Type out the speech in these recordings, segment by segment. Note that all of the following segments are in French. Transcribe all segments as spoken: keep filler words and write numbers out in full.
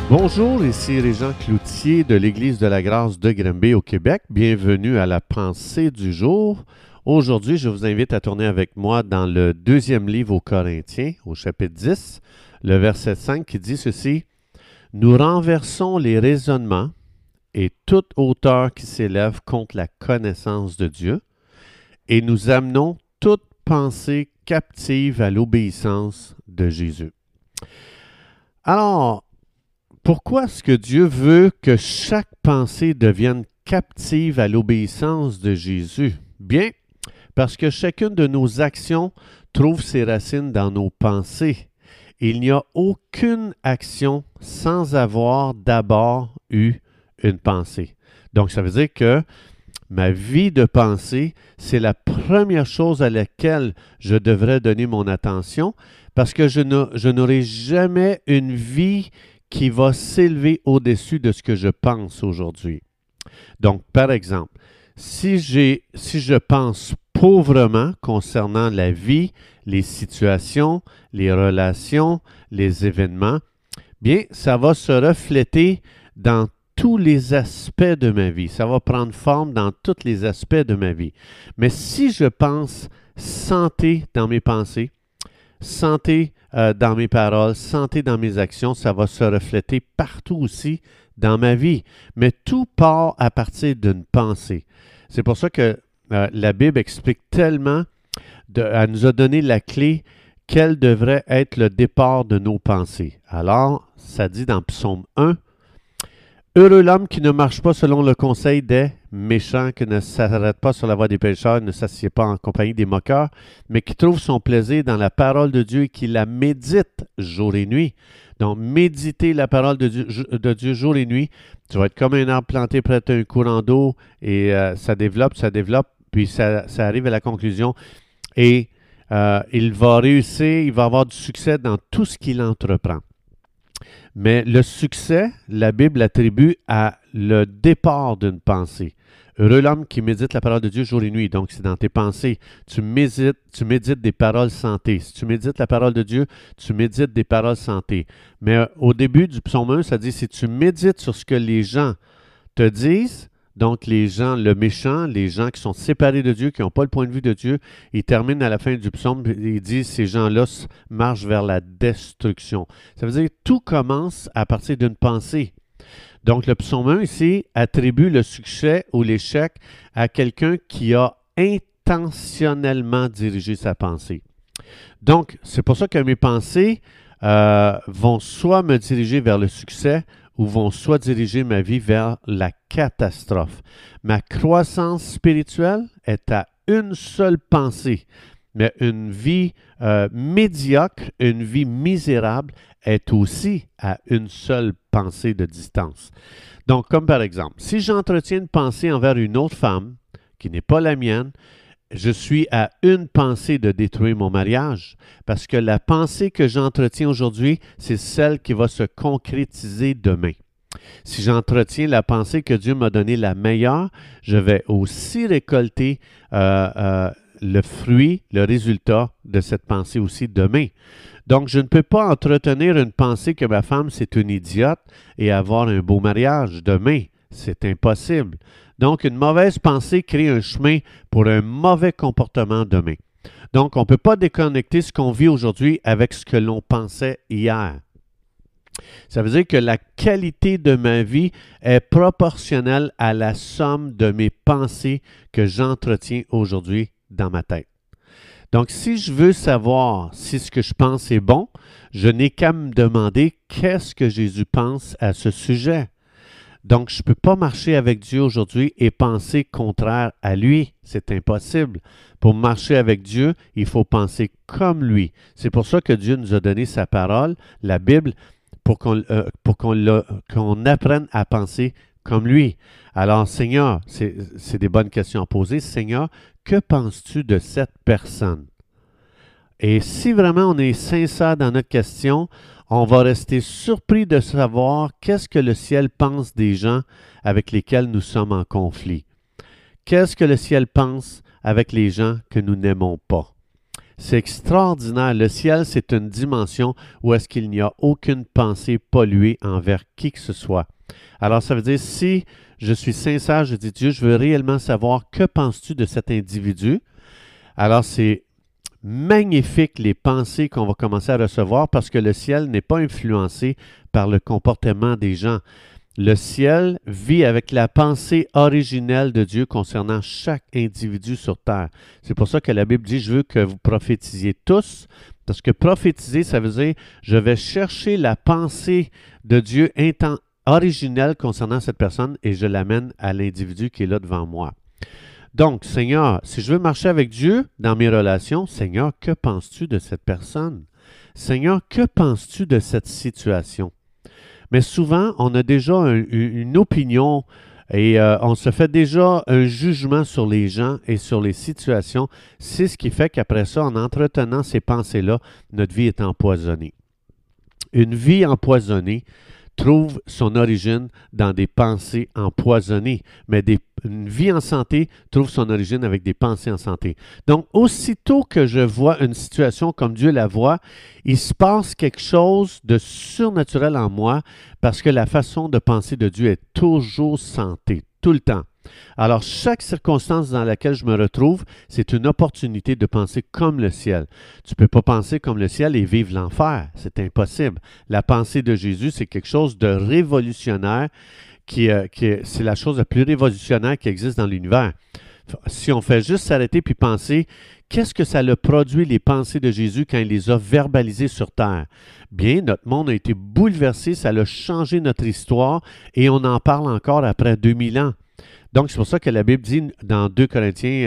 Bonjour, ici Régent Cloutier de l'Église de la Grâce de Granby au Québec. Bienvenue à la pensée du jour. Aujourd'hui, je vous invite à tourner avec moi dans le deuxième livre aux Corinthiens, au chapitre dix, le verset cinq qui dit ceci. « Nous renversons les raisonnements et toute hauteur qui s'élève contre la connaissance de Dieu, et nous amenons toute pensée captive à l'obéissance de Jésus. » Alors, pourquoi est-ce que Dieu veut que chaque pensée devienne captive à l'obéissance de Jésus? Bien, parce que chacune de nos actions trouve ses racines dans nos pensées. Il n'y a aucune action sans avoir d'abord eu une pensée. Donc, ça veut dire que ma vie de pensée, c'est la première chose à laquelle je devrais donner mon attention parce que je, n'a, je n'aurai jamais une vie qui va s'élever au-dessus de ce que je pense aujourd'hui. Donc, par exemple, si, j'ai, si je pense pauvrement concernant la vie, les situations, les relations, les événements, bien, ça va se refléter dans tous les aspects de ma vie. Ça va prendre forme dans tous les aspects de ma vie. Mais si je pense santé dans mes pensées, santé euh, dans mes paroles, santé dans mes actions, ça va se refléter partout aussi dans ma vie. Mais tout part à partir d'une pensée. C'est pour ça que euh, la Bible explique tellement, de, elle nous a donné la clé, quel devrait être le départ de nos pensées. Alors, ça dit dans Psaume un, « Heureux l'homme qui ne marche pas selon le conseil des méchants, qui ne s'arrête pas sur la voie des pécheurs, ne s'assied pas en compagnie des moqueurs, mais qui trouve son plaisir dans la parole de Dieu et qui la médite jour et nuit. » Donc, méditer la parole de Dieu, de Dieu jour et nuit, tu vas être comme un arbre planté près d'un courant d'eau et euh, ça développe, ça développe, puis ça, ça arrive à la conclusion. Et euh, il va réussir, il va avoir du succès dans tout ce qu'il entreprend. Mais le succès, la Bible attribue à le départ d'une pensée. Heureux l'homme qui médite la parole de Dieu jour et nuit. Donc, c'est dans tes pensées. Tu médites, tu médites des paroles santé. Si tu médites la parole de Dieu, tu médites des paroles santé. Mais euh, au début du psaume un, ça dit, si tu médites sur ce que les gens te disent, donc les gens, le méchant, les gens qui sont séparés de Dieu, qui n'ont pas le point de vue de Dieu, ils terminent à la fin du psaume, ils disent, ces gens-là marchent vers la destruction. Ça veut dire que tout commence à partir d'une pensée. Donc, le psaume un ici attribue le succès ou l'échec à quelqu'un qui a intentionnellement dirigé sa pensée. Donc, c'est pour ça que mes pensées euh, vont soit me diriger vers le succès ou vont soit diriger ma vie vers la catastrophe. Ma croissance spirituelle est à une seule pensée, mais une vie euh, médiocre, une vie misérable est aussi à une seule pensée de distance. Donc, comme par exemple, si j'entretiens une pensée envers une autre femme qui n'est pas la mienne, je suis à une pensée de détruire mon mariage parce que la pensée que j'entretiens aujourd'hui, c'est celle qui va se concrétiser demain. Si j'entretiens la pensée que Dieu m'a donnée la meilleure, je vais aussi récolter euh, euh, le fruit, le résultat de cette pensée aussi demain. Donc, je ne peux pas entretenir une pensée que ma femme, c'est une idiote et avoir un beau mariage demain. C'est impossible. Donc, une mauvaise pensée crée un chemin pour un mauvais comportement demain. Donc, on ne peut pas déconnecter ce qu'on vit aujourd'hui avec ce que l'on pensait hier. Ça veut dire que la qualité de ma vie est proportionnelle à la somme de mes pensées que j'entretiens aujourd'hui dans ma tête. Donc, si je veux savoir si ce que je pense est bon, je n'ai qu'à me demander qu'est-ce que Jésus pense à ce sujet. Donc, je ne peux pas marcher avec Dieu aujourd'hui et penser contraire à lui. C'est impossible. Pour marcher avec Dieu, il faut penser comme lui. C'est pour ça que Dieu nous a donné sa parole, la Bible, pour qu'on, euh, pour qu'on, l'a, qu'on apprenne à penser comme lui. Alors, Seigneur, c'est, c'est des bonnes questions à poser. Seigneur, que penses-tu de cette personne? Et si vraiment on est sincère dans notre question, on va rester surpris de savoir qu'est-ce que le ciel pense des gens avec lesquels nous sommes en conflit. Qu'est-ce que le ciel pense avec les gens que nous n'aimons pas? C'est extraordinaire. Le ciel, c'est une dimension où est-ce qu'il n'y a aucune pensée polluée envers qui que ce soit. Alors, ça veut dire, si je suis sincère, je dis, Dieu, je veux réellement savoir que penses-tu de cet individu. Alors, c'est magnifique les pensées qu'on va commencer à recevoir parce que le ciel n'est pas influencé par le comportement des gens. Le ciel vit avec la pensée originelle de Dieu concernant chaque individu sur terre. C'est pour ça que la Bible dit, je veux que vous prophétisiez tous, parce que prophétiser, ça veut dire, je vais chercher la pensée de Dieu inten- originelle concernant cette personne et je l'amène à l'individu qui est là devant moi. Donc, Seigneur, si je veux marcher avec Dieu dans mes relations, Seigneur, que penses-tu de cette personne? Seigneur, que penses-tu de cette situation? Mais souvent, on a déjà un, une opinion et euh, on se fait déjà un jugement sur les gens et sur les situations. C'est ce qui fait qu'après ça, en entretenant ces pensées-là, notre vie est empoisonnée. Une vie empoisonnée trouve son origine dans des pensées empoisonnées, mais des, une vie en santé trouve son origine avec des pensées en santé. Donc, aussitôt que je vois une situation comme Dieu la voit, il se passe quelque chose de surnaturel en moi parce que la façon de penser de Dieu est toujours santé, tout le temps. Alors, chaque circonstance dans laquelle je me retrouve, c'est une opportunité de penser comme le ciel. Tu ne peux pas penser comme le ciel et vivre l'enfer. C'est impossible. La pensée de Jésus, c'est quelque chose de révolutionnaire, qui, euh, qui c'est la chose la plus révolutionnaire qui existe dans l'univers. Si on fait juste s'arrêter puis penser, qu'est-ce que ça a produit les pensées de Jésus quand il les a verbalisées sur terre? Bien, notre monde a été bouleversé, ça a changé notre histoire et on en parle encore après deux mille ans. Donc, c'est pour ça que la Bible dit dans deux Corinthiens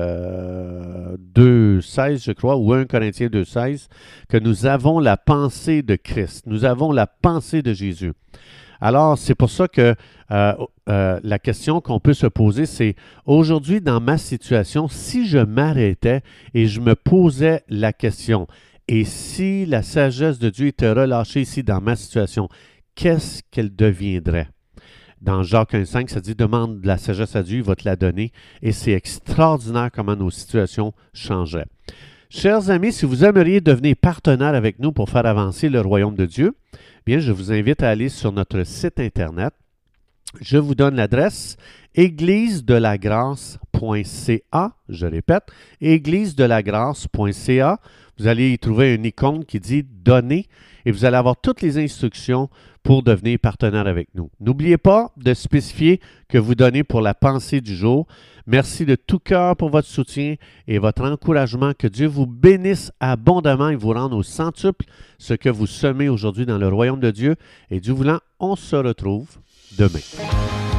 euh, deux seize, je crois, ou premier Corinthiens deux seize, que nous avons la pensée de Christ. Nous avons la pensée de Jésus. Alors, c'est pour ça que euh, euh, la question qu'on peut se poser, c'est aujourd'hui, dans ma situation, si je m'arrêtais et je me posais la question, et si la sagesse de Dieu était relâchée ici dans ma situation, qu'est-ce qu'elle deviendrait? Dans Jacques un cinq, ça dit « Demande de la sagesse à Dieu, il va te la donner. » Et c'est extraordinaire comment nos situations changeraient. Chers amis, si vous aimeriez devenir partenaire avec nous pour faire avancer le royaume de Dieu, bien, je vous invite à aller sur notre site Internet. Je vous donne l'adresse église de la grâce point c a. Je répète, église de la grâce point c a. Vous allez y trouver une icône qui dit « Donner » et vous allez avoir toutes les instructions pour devenir partenaire avec nous. N'oubliez pas de spécifier que vous donnez pour la pensée du jour. Merci de tout cœur pour votre soutien et votre encouragement. Que Dieu vous bénisse abondamment et vous rende au centuple ce que vous semez aujourd'hui dans le royaume de Dieu. Et Dieu voulant, on se retrouve demain.